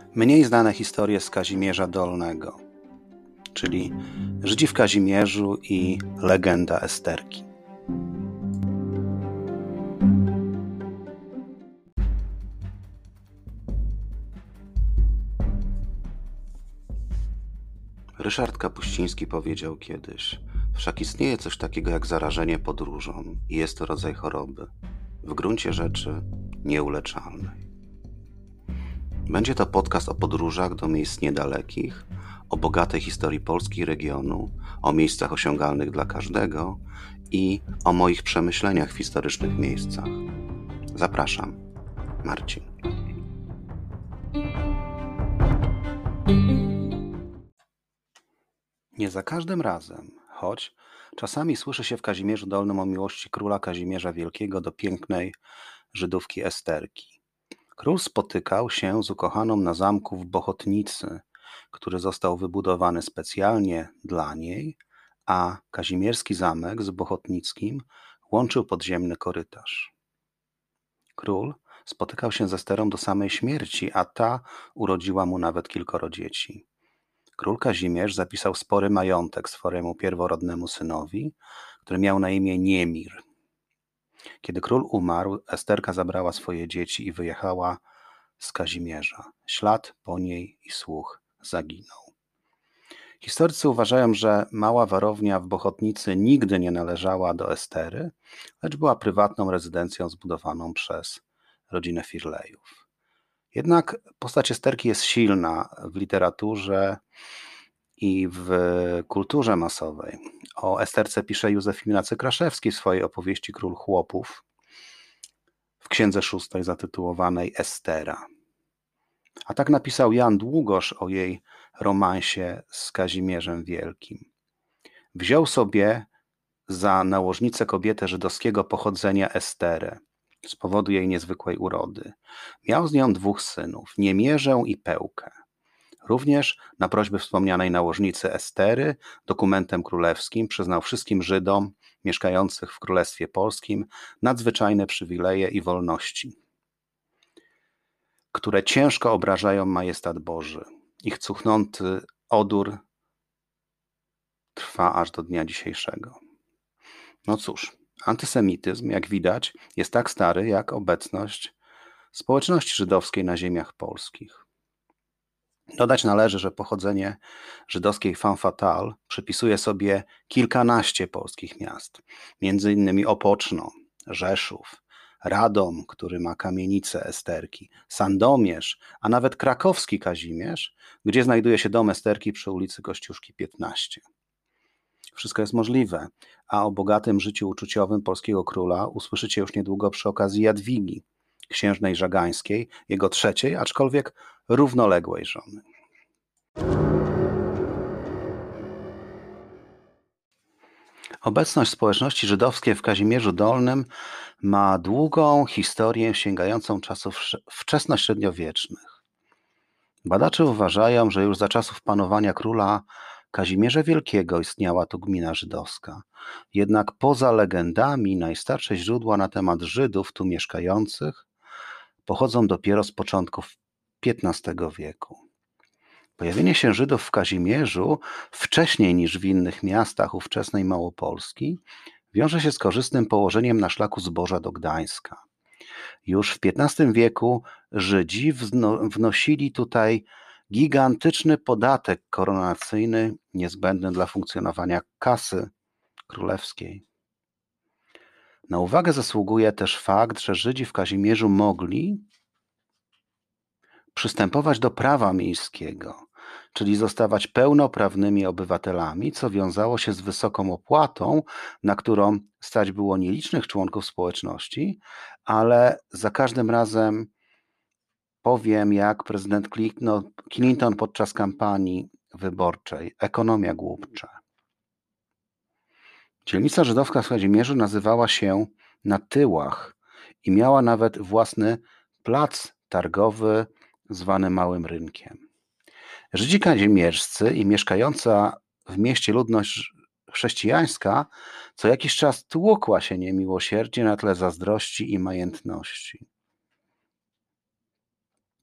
Mniej znane historie z Kazimierza Dolnego, czyli Żydzi w Kazimierzu i legenda Esterki. Ryszard Kapuściński powiedział kiedyś: wszak istnieje coś takiego jak zarażenie podróżą i jest to rodzaj choroby, w gruncie rzeczy nieuleczalnej. Będzie to podcast o podróżach do miejsc niedalekich, o bogatej historii Polski i regionu, o miejscach osiągalnych dla każdego i o moich przemyśleniach w historycznych miejscach. Zapraszam, Marcin. Nie za każdym razem, choć czasami słyszy się w Kazimierzu Dolnym o miłości króla Kazimierza Wielkiego do pięknej Żydówki Esterki. Król spotykał się z ukochaną na zamku w Bochotnicy, który został wybudowany specjalnie dla niej, a kazimierski zamek z Bochotnickim łączył podziemny korytarz. Król spotykał się z Esterą do samej śmierci, a ta urodziła mu nawet kilkoro dzieci. Król Kazimierz zapisał spory majątek swojemu pierworodnemu synowi, który miał na imię Niemir. Kiedy król umarł, Esterka zabrała swoje dzieci i wyjechała z Kazimierza. Ślad po niej i słuch zaginął. Historycy uważają, że mała warownia w Bochotnicy nigdy nie należała do Estery, lecz była prywatną rezydencją zbudowaną przez rodzinę Firlejów. Jednak postać Esterki jest silna w literaturze i w kulturze masowej. O Esterce pisze Józef Ignacy Kraszewski w swojej opowieści Król Chłopów w księdze szóstej zatytułowanej Estera. A tak napisał Jan Długosz o jej romansie z Kazimierzem Wielkim. Wziął sobie za nałożnicę kobietę żydowskiego pochodzenia Esterę z powodu jej niezwykłej urody. Miał z nią 2 synów, Niemierzę i Pełkę. Również na prośbę wspomnianej nałożnicy Estery dokumentem królewskim przyznał wszystkim Żydom mieszkających w Królestwie Polskim nadzwyczajne przywileje i wolności, które ciężko obrażają majestat Boży. Ich cuchnący odór trwa aż do dnia dzisiejszego. No cóż, antysemityzm, jak widać, jest tak stary, jak obecność społeczności żydowskiej na ziemiach polskich. Dodać należy, że pochodzenie żydowskiej femme fatale przypisuje sobie kilkanaście polskich miast, między innymi Opoczno, Rzeszów, Radom, który ma kamienicę Esterki, Sandomierz, a nawet krakowski Kazimierz, gdzie znajduje się dom Esterki przy ulicy Kościuszki 15. Wszystko jest możliwe, a o bogatym życiu uczuciowym polskiego króla usłyszycie już niedługo przy okazji Jadwigi, księżnej żagańskiej, jego 3., aczkolwiek równoległej żony. Obecność społeczności żydowskiej w Kazimierzu Dolnym ma długą historię sięgającą czasów wczesnośredniowiecznych. Badacze uważają, że już za czasów panowania króla Kazimierza Wielkiego istniała tu gmina żydowska. Jednak poza legendami najstarsze źródła na temat Żydów tu mieszkających pochodzą dopiero z początków XV wieku. Pojawienie się Żydów w Kazimierzu wcześniej niż w innych miastach ówczesnej Małopolski wiąże się z korzystnym położeniem na szlaku zboża do Gdańska. Już w XV wieku Żydzi wnosili tutaj gigantyczny podatek koronacyjny niezbędny dla funkcjonowania kasy królewskiej. Na uwagę zasługuje też fakt, że Żydzi w Kazimierzu mogli przystępować do prawa miejskiego, czyli zostawać pełnoprawnymi obywatelami, co wiązało się z wysoką opłatą, na którą stać było nielicznych członków społeczności, ale za każdym razem powiem, jak prezydent Clinton podczas kampanii wyborczej: ekonomia głupcza. Dzielnica żydowska w Kazimierzu nazywała się Na Tyłach i miała nawet własny plac targowy zwany Małym Rynkiem. Żydzi kazimierscy i mieszkająca w mieście ludność chrześcijańska co jakiś czas tłukła się niemiłosierdzie na tle zazdrości i majętności.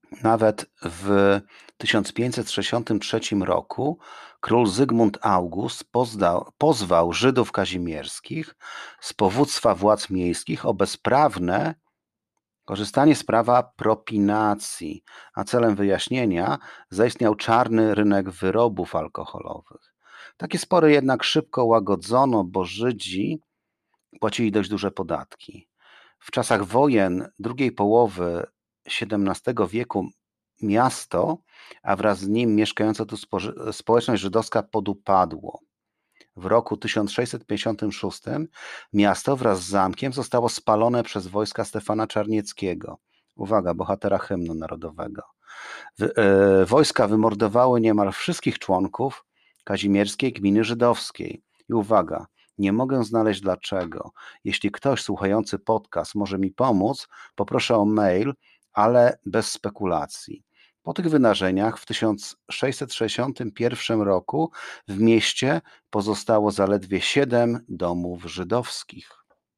Nawet w 1563 roku król Zygmunt August pozwał Żydów kazimierskich z powództwa władz miejskich o bezprawne korzystanie z prawa propinacji, a celem wyjaśnienia zaistniał czarny rynek wyrobów alkoholowych. Takie spory jednak szybko łagodzono, bo Żydzi płacili dość duże podatki. W czasach wojen drugiej połowy XVII wieku miasto, a wraz z nim mieszkająca tu społeczność żydowska podupadło. W roku 1656 miasto wraz z zamkiem zostało spalone przez wojska Stefana Czarnieckiego. Uwaga, bohatera hymnu narodowego. Wojska wymordowały niemal wszystkich członków kazimierskiej gminy żydowskiej. I uwaga, nie mogę znaleźć dlaczego. Jeśli ktoś słuchający podcast może mi pomóc, poproszę o mail, ale bez spekulacji. Po tych wydarzeniach w 1661 roku w mieście pozostało zaledwie 7 domów żydowskich.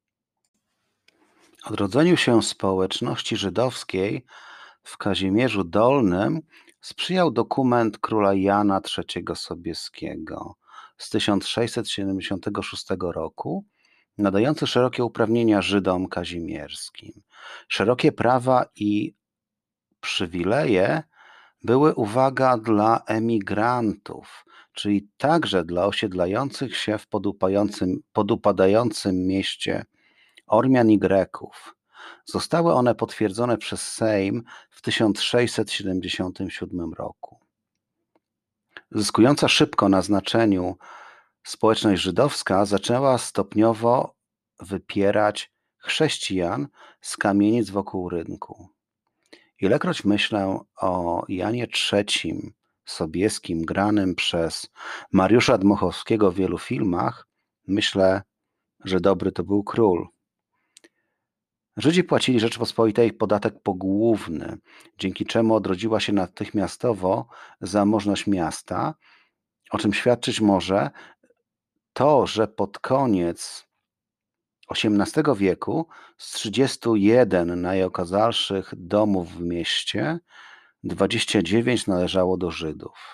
Odrodzeniu się społeczności żydowskiej w Kazimierzu Dolnym sprzyjał dokument króla Jana III Sobieskiego z 1676 roku, nadający szerokie uprawnienia Żydom kazimierskim. Szerokie prawa i przywileje były, uwaga, dla emigrantów, czyli także dla osiedlających się w podupadającym mieście Ormian i Greków. Zostały one potwierdzone przez Sejm w 1677 roku. Zyskująca szybko na znaczeniu społeczność żydowska zaczęła stopniowo wypierać chrześcijan z kamienic wokół rynku. Ilekroć myślę o Janie III Sobieskim granym przez Mariusza Dmochowskiego w wielu filmach, myślę, że dobry to był król. Żydzi płacili Rzeczypospolitej podatek pogłówny, dzięki czemu odrodziła się natychmiastowo zamożność miasta, o czym świadczyć może to, że pod koniec XVIII wieku z 31 najokazalszych domów w mieście 29 należało do Żydów.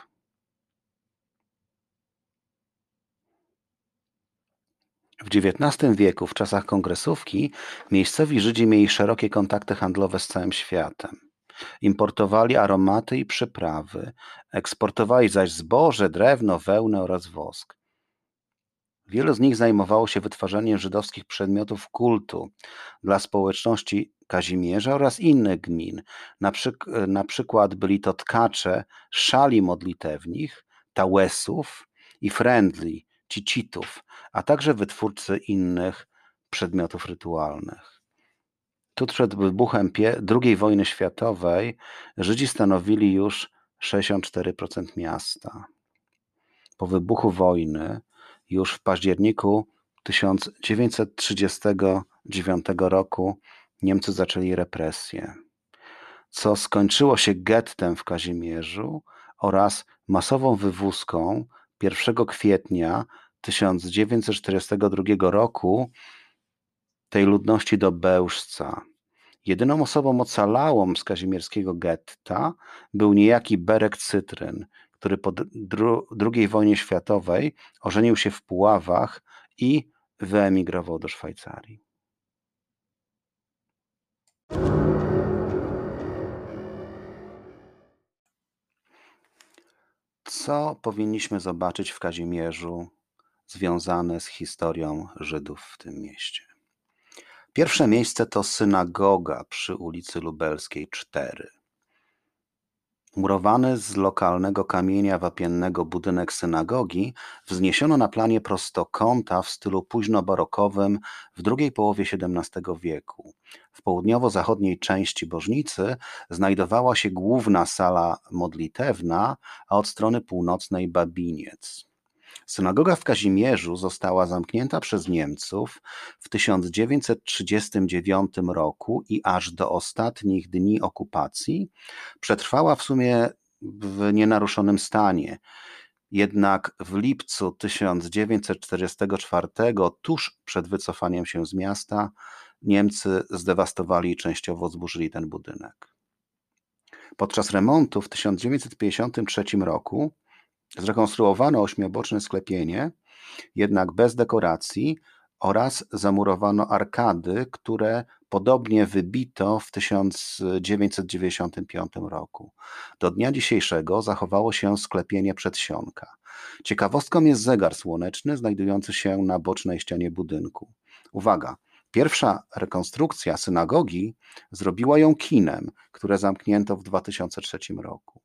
W XIX wieku, w czasach kongresówki, miejscowi Żydzi mieli szerokie kontakty handlowe z całym światem. Importowali aromaty i przyprawy, eksportowali zaś zboże, drewno, wełnę oraz wosk. Wielu z nich zajmowało się wytwarzaniem żydowskich przedmiotów kultu dla społeczności Kazimierza oraz innych gmin. Na przykład byli to tkacze szali modlitewnych, tałesów i frędli, cicitów, a także wytwórcy innych przedmiotów rytualnych. Tuż przed wybuchem II wojny światowej Żydzi stanowili już 64% miasta. Po wybuchu wojny już w październiku 1939 roku Niemcy zaczęli represje, co skończyło się gettem w Kazimierzu oraz masową wywózką 1 kwietnia 1942 roku tej ludności do Bełżca. Jedyną osobą ocalałą z kazimierskiego getta był niejaki Berek Cytryn, który po II wojnie światowej ożenił się w Puławach i wyemigrował do Szwajcarii. Co powinniśmy zobaczyć w Kazimierzu związane z historią Żydów w tym mieście? Pierwsze miejsce to synagoga przy ulicy Lubelskiej 4. Murowany z lokalnego kamienia wapiennego budynek synagogi wzniesiono na planie prostokąta w stylu późnobarokowym w drugiej połowie XVII wieku. W południowo-zachodniej części bożnicy znajdowała się główna sala modlitewna, a od strony północnej babiniec. Synagoga w Kazimierzu została zamknięta przez Niemców w 1939 roku i aż do ostatnich dni okupacji przetrwała w sumie w nienaruszonym stanie. Jednak w lipcu 1944, tuż przed wycofaniem się z miasta, Niemcy zdewastowali i częściowo zburzyli ten budynek. Podczas remontu w 1953 roku zrekonstruowano ośmioboczne sklepienie, jednak bez dekoracji, oraz zamurowano arkady, które podobnie wybito w 1995 roku. Do dnia dzisiejszego zachowało się sklepienie przedsionka. Ciekawostką jest zegar słoneczny znajdujący się na bocznej ścianie budynku. Uwaga! Pierwsza rekonstrukcja synagogi zrobiła ją kinem, które zamknięto w 2003 roku.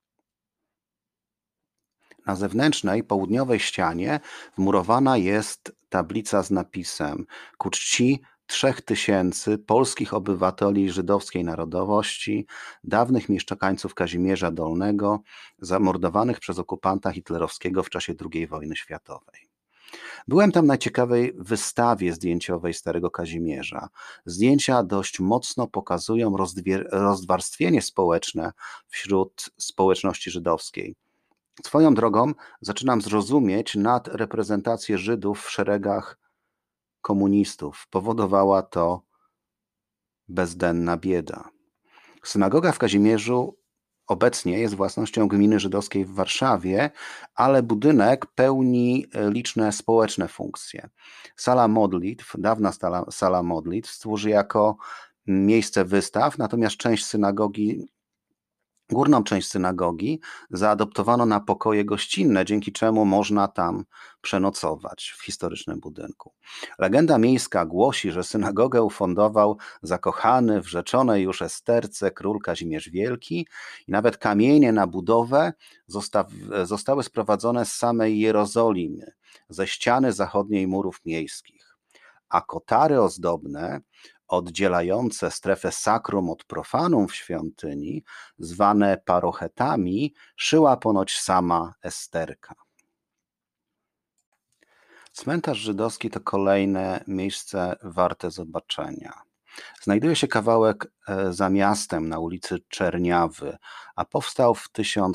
Na zewnętrznej, południowej ścianie wmurowana jest tablica z napisem: ku czci 3000 polskich obywateli żydowskiej narodowości, dawnych mieszkańców Kazimierza Dolnego, zamordowanych przez okupanta hitlerowskiego w czasie II wojny światowej. Byłem tam na ciekawej wystawie zdjęciowej Starego Kazimierza. Zdjęcia dość mocno pokazują rozwarstwienie społeczne wśród społeczności żydowskiej. Swoją drogą zaczynam zrozumieć nadreprezentację Żydów w szeregach komunistów. Powodowała to bezdenna bieda. Synagoga w Kazimierzu obecnie jest własnością gminy żydowskiej w Warszawie, ale budynek pełni liczne społeczne funkcje. Sala modlitw, dawna sala modlitw, służy jako miejsce wystaw, natomiast górną część synagogi zaadoptowano na pokoje gościnne, dzięki czemu można tam przenocować w historycznym budynku. Legenda miejska głosi, że synagogę ufundował zakochany w rzeczonej już Esterce król Kazimierz Wielki i nawet kamienie na budowę zostały sprowadzone z samej Jerozolimy, ze ściany zachodniej murów miejskich, a kotary ozdobne oddzielające strefę sakrum od profanum w świątyni, zwane parochetami, szyła ponoć sama Esterka. Cmentarz żydowski to kolejne miejsce warte zobaczenia. Znajduje się kawałek za miastem na ulicy Czerniawy, a powstał w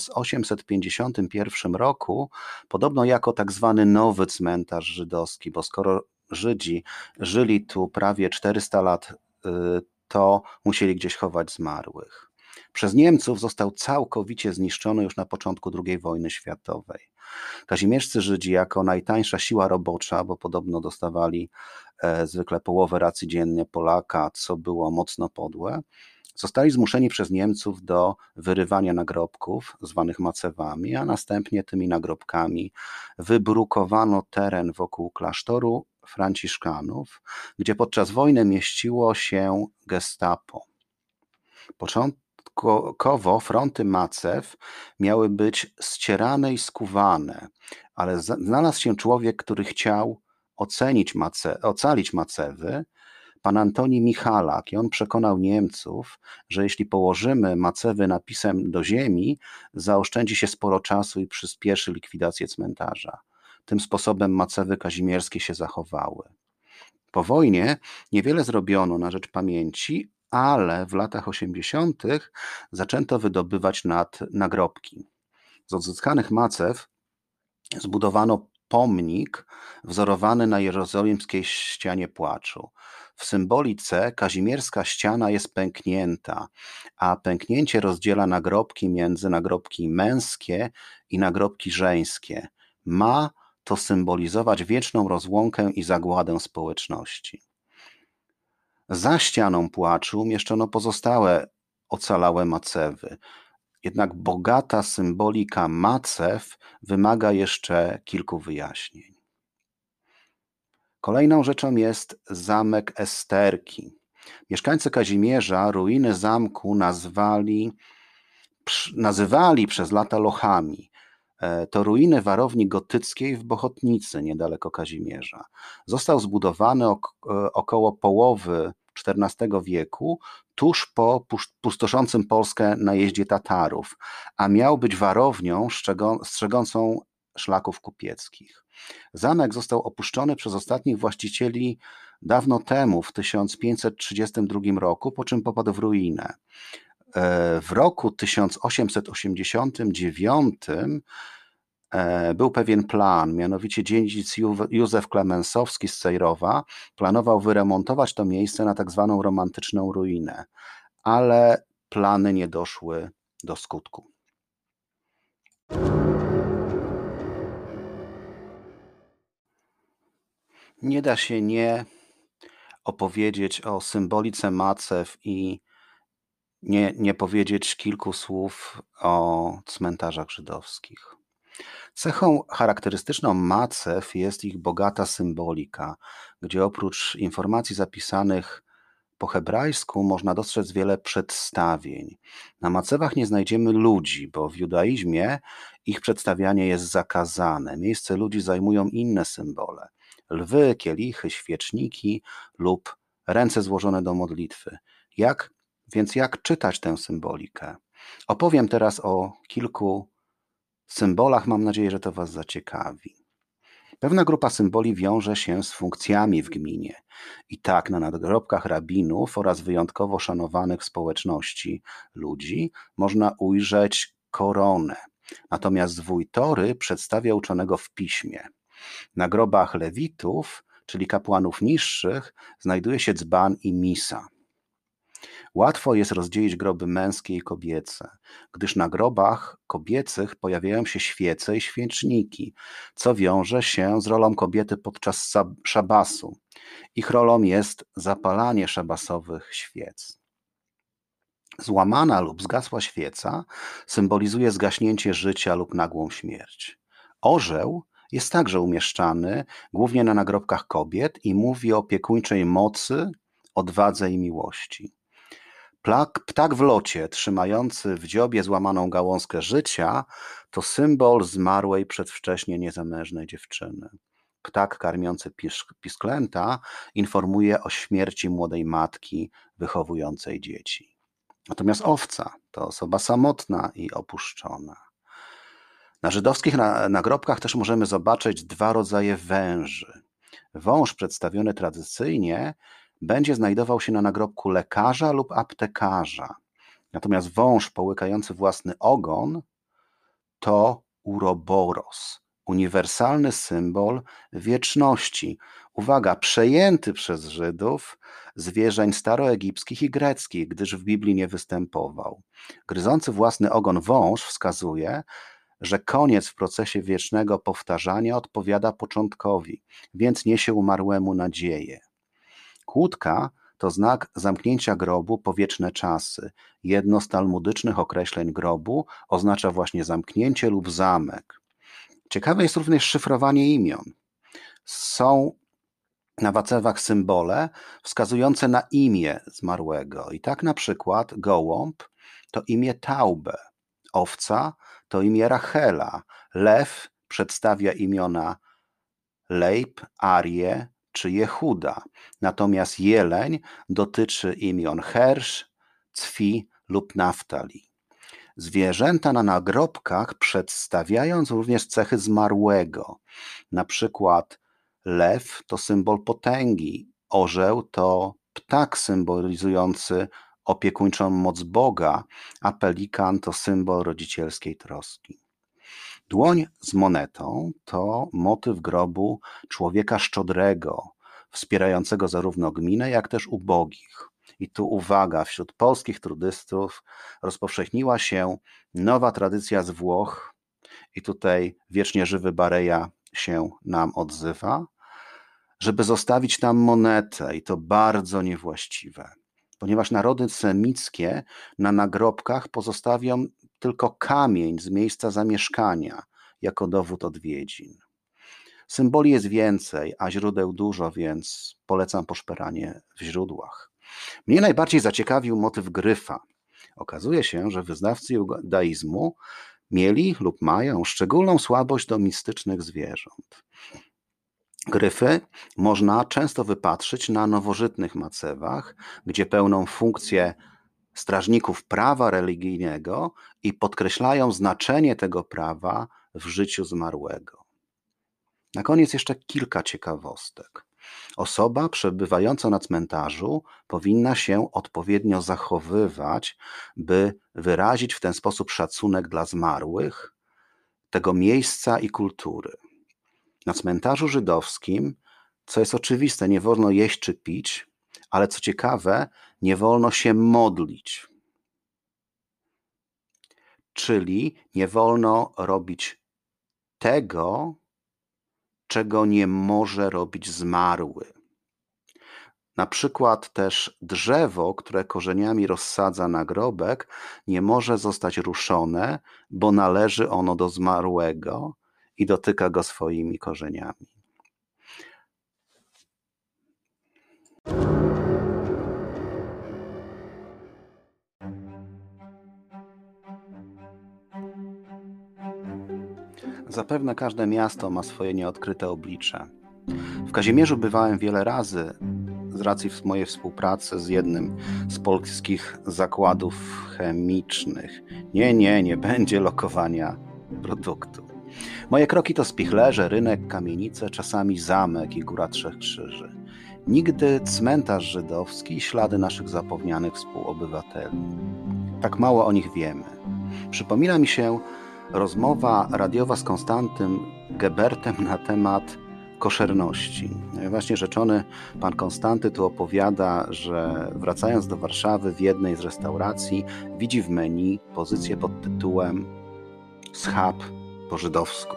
1851 roku, podobno jako tak zwany nowy cmentarz żydowski, bo skoro Żydzi żyli tu prawie 400 lat, to musieli gdzieś chować zmarłych. Przez Niemców został całkowicie zniszczony już na początku II wojny światowej. Kazimierscy Żydzi jako najtańsza siła robocza, bo podobno dostawali zwykle połowę racji dziennie Polaka, co było mocno podłe, zostali zmuszeni przez Niemców do wyrywania nagrobków, zwanych macewami, a następnie tymi nagrobkami wybrukowano teren wokół klasztoru franciszkanów, gdzie podczas wojny mieściło się gestapo. Początkowo fronty macew miały być ścierane i skuwane, ale znalazł się człowiek, który chciał ocalić macewy, pan Antoni Michalak, i on przekonał Niemców, że jeśli położymy macewy napisem do ziemi, zaoszczędzi się sporo czasu i przyspieszy likwidację cmentarza. Tym sposobem macewy kazimierskie się zachowały. Po wojnie niewiele zrobiono na rzecz pamięci, ale w latach 80. zaczęto wydobywać nagrobki. Z odzyskanych macew zbudowano pomnik wzorowany na jerozolimskiej ścianie płaczu. W symbolice kazimierska ściana jest pęknięta, a pęknięcie rozdziela nagrobki między nagrobki męskie i nagrobki żeńskie. Ma to symbolizować wieczną rozłąkę i zagładę społeczności. Za ścianą płaczu umieszczono pozostałe ocalałe macewy. Jednak bogata symbolika macew wymaga jeszcze kilku wyjaśnień. Kolejną rzeczą jest zamek Esterki. Mieszkańcy Kazimierza ruiny zamku nazywali przez lata lochami. To ruiny warowni gotyckiej w Bochotnicy, niedaleko Kazimierza. Został zbudowany około połowy XIV wieku, tuż po pustoszącym Polskę najeździe Tatarów, a miał być warownią strzegącą szlaków kupieckich. Zamek został opuszczony przez ostatnich właścicieli dawno temu, w 1532 roku, po czym popadł w ruinę. W roku 1889 był pewien plan, mianowicie dziedzic Józef Klemensowski z Cejrowa planował wyremontować to miejsce na tak zwaną romantyczną ruinę, ale plany nie doszły do skutku. Nie da się nie opowiedzieć o symbolice macew i nie powiedzieć kilku słów o cmentarzach żydowskich. Cechą charakterystyczną macew jest ich bogata symbolika, gdzie oprócz informacji zapisanych po hebrajsku można dostrzec wiele przedstawień. Na macewach nie znajdziemy ludzi, bo w judaizmie ich przedstawianie jest zakazane. Miejsce ludzi zajmują inne symbole: lwy, kielichy, świeczniki lub ręce złożone do modlitwy. Jak czytać tę symbolikę? Opowiem teraz o kilku symbolach. Mam nadzieję, że to Was zaciekawi. Pewna grupa symboli wiąże się z funkcjami w gminie. I tak na nadgrobkach rabinów oraz wyjątkowo szanowanych społeczności ludzi można ujrzeć koronę. Natomiast wójt Tory przedstawia uczonego w piśmie. Na grobach lewitów, czyli kapłanów niższych, znajduje się dzban i misa. Łatwo jest rozdzielić groby męskie i kobiece, gdyż na grobach kobiecych pojawiają się świece i świeczniki, co wiąże się z rolą kobiety podczas szabasu. Ich rolą jest zapalanie szabasowych świec. Złamana lub zgasła świeca symbolizuje zgaśnięcie życia lub nagłą śmierć. Orzeł jest także umieszczany głównie na nagrobkach kobiet i mówi o opiekuńczej mocy, odwadze i miłości. Ptak w locie, trzymający w dziobie złamaną gałązkę życia, to symbol zmarłej przedwcześnie niezamężnej dziewczyny. Ptak karmiący pisklęta informuje o śmierci młodej matki wychowującej dzieci. Natomiast owca to osoba samotna i opuszczona. Na żydowskich nagrobkach też możemy zobaczyć dwa rodzaje węży. Wąż przedstawiony tradycyjnie będzie znajdował się na nagrobku lekarza lub aptekarza. Natomiast wąż połykający własny ogon to uroboros, uniwersalny symbol wieczności. Uwaga, przejęty przez Żydów z wierzeń staroegipskich i greckich, gdyż w Biblii nie występował. Gryzący własny ogon wąż wskazuje, że koniec w procesie wiecznego powtarzania odpowiada początkowi, więc niesie umarłemu nadzieję. Kłódka to znak zamknięcia grobu po wieczne czasy. Jedno z talmudycznych określeń grobu oznacza właśnie zamknięcie lub zamek. Ciekawe jest również szyfrowanie imion. Są na macewach symbole wskazujące na imię zmarłego. I tak na przykład gołąb to imię Taube, owca to imię Rachela, lew przedstawia imiona Leib, Arie czy Jehuda, natomiast jeleń dotyczy imion Hersz, Cwi lub Naftali. Zwierzęta na nagrobkach przedstawiają również cechy zmarłego. Na przykład lew to symbol potęgi, orzeł to ptak symbolizujący opiekuńczą moc Boga, a pelikan to symbol rodzicielskiej troski. Dłoń z monetą to motyw grobu człowieka szczodrego, wspierającego zarówno gminę, jak też ubogich. I tu uwaga, wśród polskich trudystów rozpowszechniła się nowa tradycja z Włoch i tutaj wiecznie żywy Bareja się nam odzywa, żeby zostawić tam monetę i to bardzo niewłaściwe, ponieważ narody semickie na nagrobkach pozostawią tylko kamień z miejsca zamieszkania jako dowód odwiedzin. Symboli jest więcej, a źródeł dużo, więc polecam poszperanie w źródłach. Mnie najbardziej zaciekawił motyw gryfa. Okazuje się, że wyznawcy judaizmu mieli lub mają szczególną słabość do mistycznych zwierząt. Gryfy można często wypatrzyć na nowożytnych macewach, gdzie pełnią funkcję strażników prawa religijnego i podkreślają znaczenie tego prawa w życiu zmarłego. Na koniec jeszcze kilka ciekawostek. Osoba przebywająca na cmentarzu powinna się odpowiednio zachowywać, by wyrazić w ten sposób szacunek dla zmarłych, tego miejsca i kultury. Na cmentarzu żydowskim, co jest oczywiste, nie wolno jeść czy pić, ale co ciekawe, nie wolno się modlić. czyli nie wolno robić tego, czego nie może robić zmarły. Na przykład też drzewo, które korzeniami rozsadza nagrobek, nie może zostać ruszone, bo należy ono do zmarłego i dotyka go swoimi korzeniami. Zapewne każde miasto ma swoje nieodkryte oblicze. W Kazimierzu bywałem wiele razy z racji mojej współpracy z jednym z polskich zakładów chemicznych. Nie będzie lokowania produktu. Moje kroki to spichlerze, rynek, kamienice, czasami zamek i Góra Trzech Krzyży. Nigdy cmentarz żydowski i ślady naszych zapomnianych współobywateli. Tak mało o nich wiemy. Przypomina mi się rozmowa radiowa z Konstantym Gebertem na temat koszerności. Właśnie rzeczony pan Konstanty tu opowiada, że wracając do Warszawy w jednej z restauracji widzi w menu pozycję pod tytułem schab po żydowsku.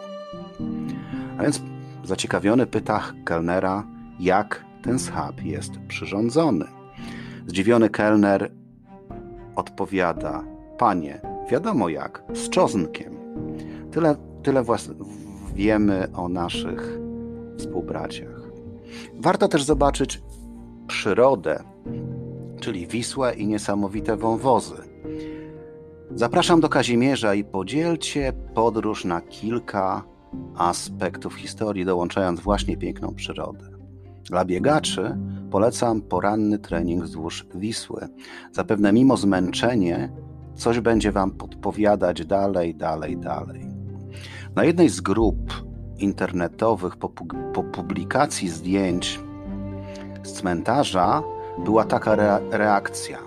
A więc zaciekawiony pyta kelnera, jak ten schab jest przyrządzony. Zdziwiony kelner odpowiada, panie, wiadomo jak, z czosnkiem. Tyle wiemy o naszych współbraciach. Warto też zobaczyć przyrodę, czyli Wisłę i niesamowite wąwozy. Zapraszam do Kazimierza i podzielcie podróż na kilka aspektów historii, dołączając właśnie piękną przyrodę. Dla biegaczy polecam poranny trening wzdłuż Wisły. Zapewne mimo zmęczenia coś będzie wam podpowiadać dalej. Na jednej z grup internetowych po publikacji zdjęć z cmentarza była taka reakcja.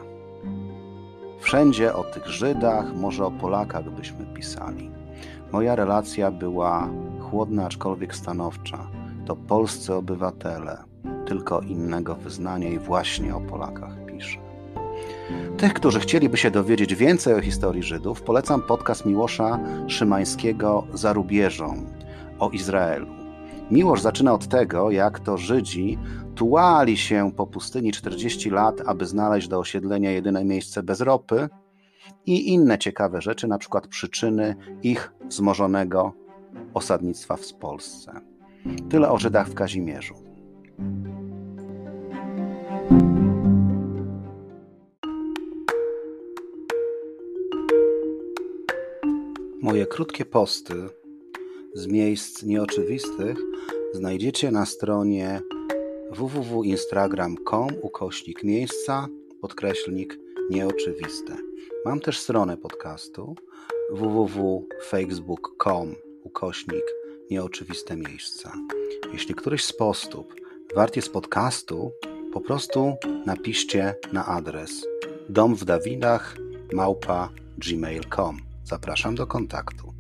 Wszędzie o tych Żydach, może o Polakach byśmy pisali. Moja relacja była chłodna, aczkolwiek stanowcza. To polscy obywatele, tylko innego wyznania i właśnie o Polakach piszę. Tych, którzy chcieliby się dowiedzieć więcej o historii Żydów, polecam podcast Miłosza Szymańskiego Za rubieżą o Izraelu. Miłosz zaczyna od tego, jak to Żydzi tułali się po pustyni 40 lat, aby znaleźć do osiedlenia jedyne miejsce bez ropy i inne ciekawe rzeczy, na przykład przyczyny ich wzmożonego osadnictwa w Polsce. Tyle o Żydach w Kazimierzu. Moje krótkie posty z miejsc nieoczywistych znajdziecie na stronie www.instagram.com/miejsca_nieoczywiste. Mam też stronę podcastu www.facebook.com/nieoczywiste miejsca. Jeśli któryś z postów wart jest podcastu, po prostu napiszcie na adres domwdawidach@gmail.com. Zapraszam do kontaktu.